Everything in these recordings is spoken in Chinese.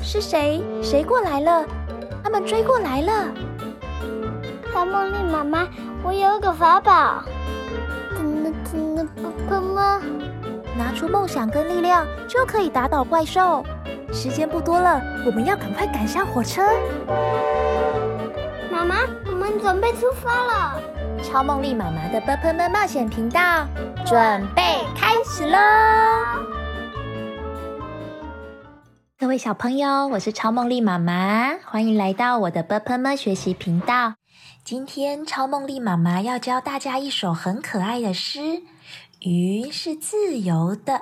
是谁？谁过来了？他们追过来了。 超梦丽妈妈，我有一个法宝。妈， 拿出梦想跟力量，就可以打倒怪兽。时间不多了，我们要赶快赶上火车。 妈妈，我们准备出发了。 超梦丽妈妈的啵啵们冒险频道，准备开始喽！各位小朋友，我是超梦丽妈妈，欢迎来到我的啵啵们学习频道。今天超梦丽妈妈要教大家一首很可爱的诗。鱼是自由的，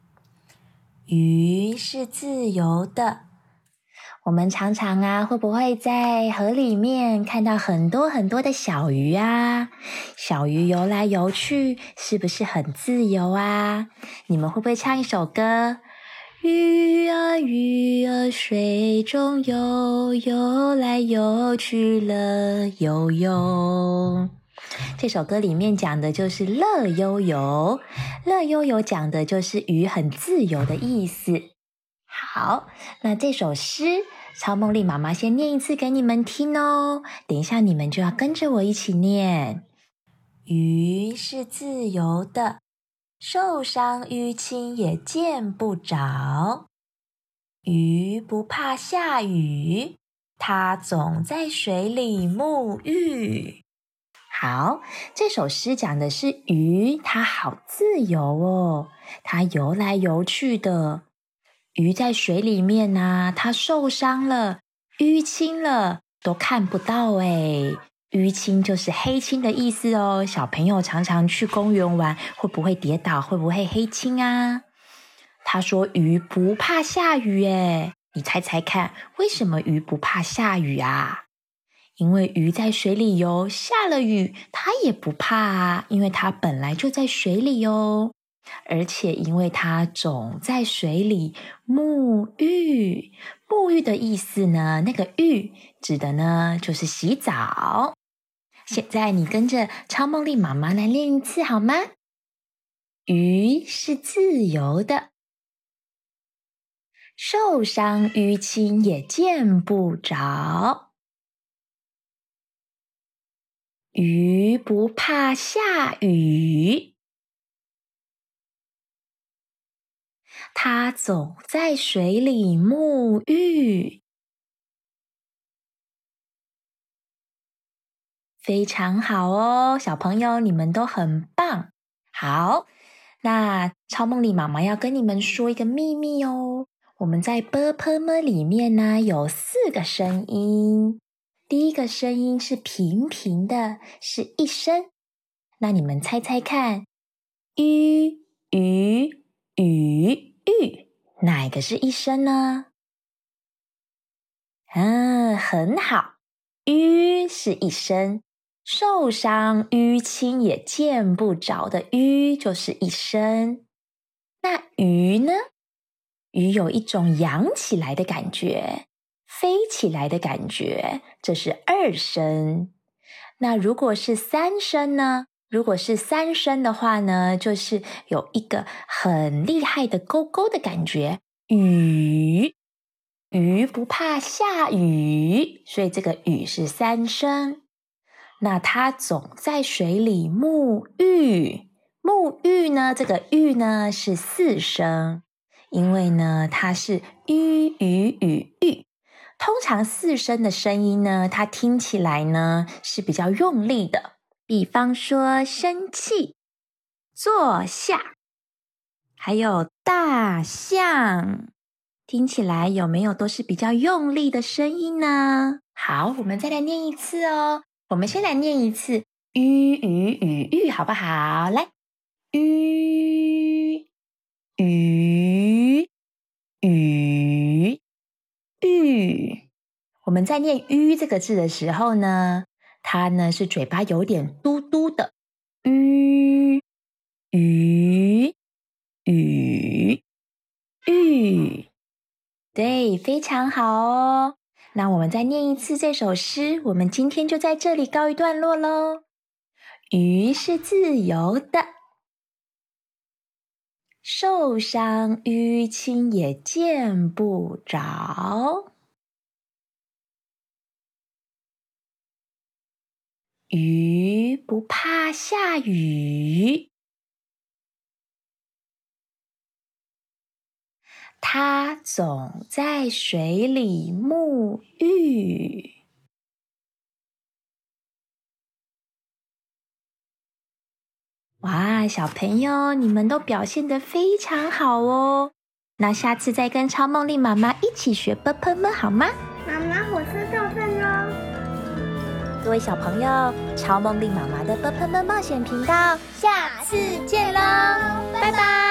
鱼是自由的。我们常常会不会在河里面看到很多很多的小鱼啊？小鱼游来游去，是不是很自由啊？你们会不会唱一首歌？鱼啊鱼儿水中游，游来游去乐悠悠。这首歌里面讲的就是乐悠悠，乐悠悠讲的就是鱼很自由的意思。好，那这首诗超梦丽妈妈先念一次给你们听哦，等一下你们就要跟着我一起念。鱼是自由的，受伤淤青也见不着。鱼不怕下雨，它总在水里沐浴。好，这首诗讲的是鱼，它好自由哦，它游来游去的。鱼在水里面啊，它受伤了，淤青了，都看不到诶。淤青就是黑青的意思哦。小朋友常常去公园玩，会不会跌倒？会不会黑青啊？他说鱼不怕下雨耶，你猜猜看，为什么鱼不怕下雨啊？因为鱼在水里游，下了雨它也不怕啊，因为它本来就在水里哦。而且因为它总在水里沐浴，沐浴的意思呢，那个浴指的呢就是洗澡。现在你跟着超梦丽妈妈来练一次好吗？鱼是自由的，受伤淤青也见不着。鱼不怕下雨，它总在水里沐浴。非常好哦，小朋友，你们都很棒。好，那超梦丽妈妈要跟你们说一个秘密哦。我们在啵啵么里面呢，有4个声音。第一个声音是平平的，是一声。那你们猜猜看，鱼、鱼、雨、玉，哪一个是一声呢？很好，鱼是一声。受伤淤青也见不着的鱼就是一声。那鱼呢？鱼有一种扬起来的感觉，飞起来的感觉，这是2声。那如果是3声呢？如果是3声的话呢，就是有一个很厉害的勾勾的感觉。雨，鱼不怕下雨，所以这个雨是3声。那它总在水里沐浴，沐浴呢，这个浴呢是4声，因为呢它是鱼雨雨浴。通常4声的声音呢，它听起来呢是比较用力的，比方说生气、坐下，还有大象，听起来有没有都是比较用力的声音呢？好，我们再来念一次哦。我们先来念一次鱼雨雨浴好不好？来，鱼雨雨浴。我们在念鱼这个字的时候呢，它呢是嘴巴有点嘟嘟的。鱼雨雨浴，对，非常好哦。那我们再念一次这首诗，我们今天就在这里告一段落咯。鱼是自由的， 受伤淤青也见不着。鱼不怕下雨，它总在水里沐浴。哇，小朋友，你们都表现得非常好哦。那下次再跟超梦丽妈妈一起学啵啵啵好吗？ 妈妈，火车到站喽！ 各位小朋友，超梦丽妈妈的啵啵啵冒险频道，下次见喽，拜拜。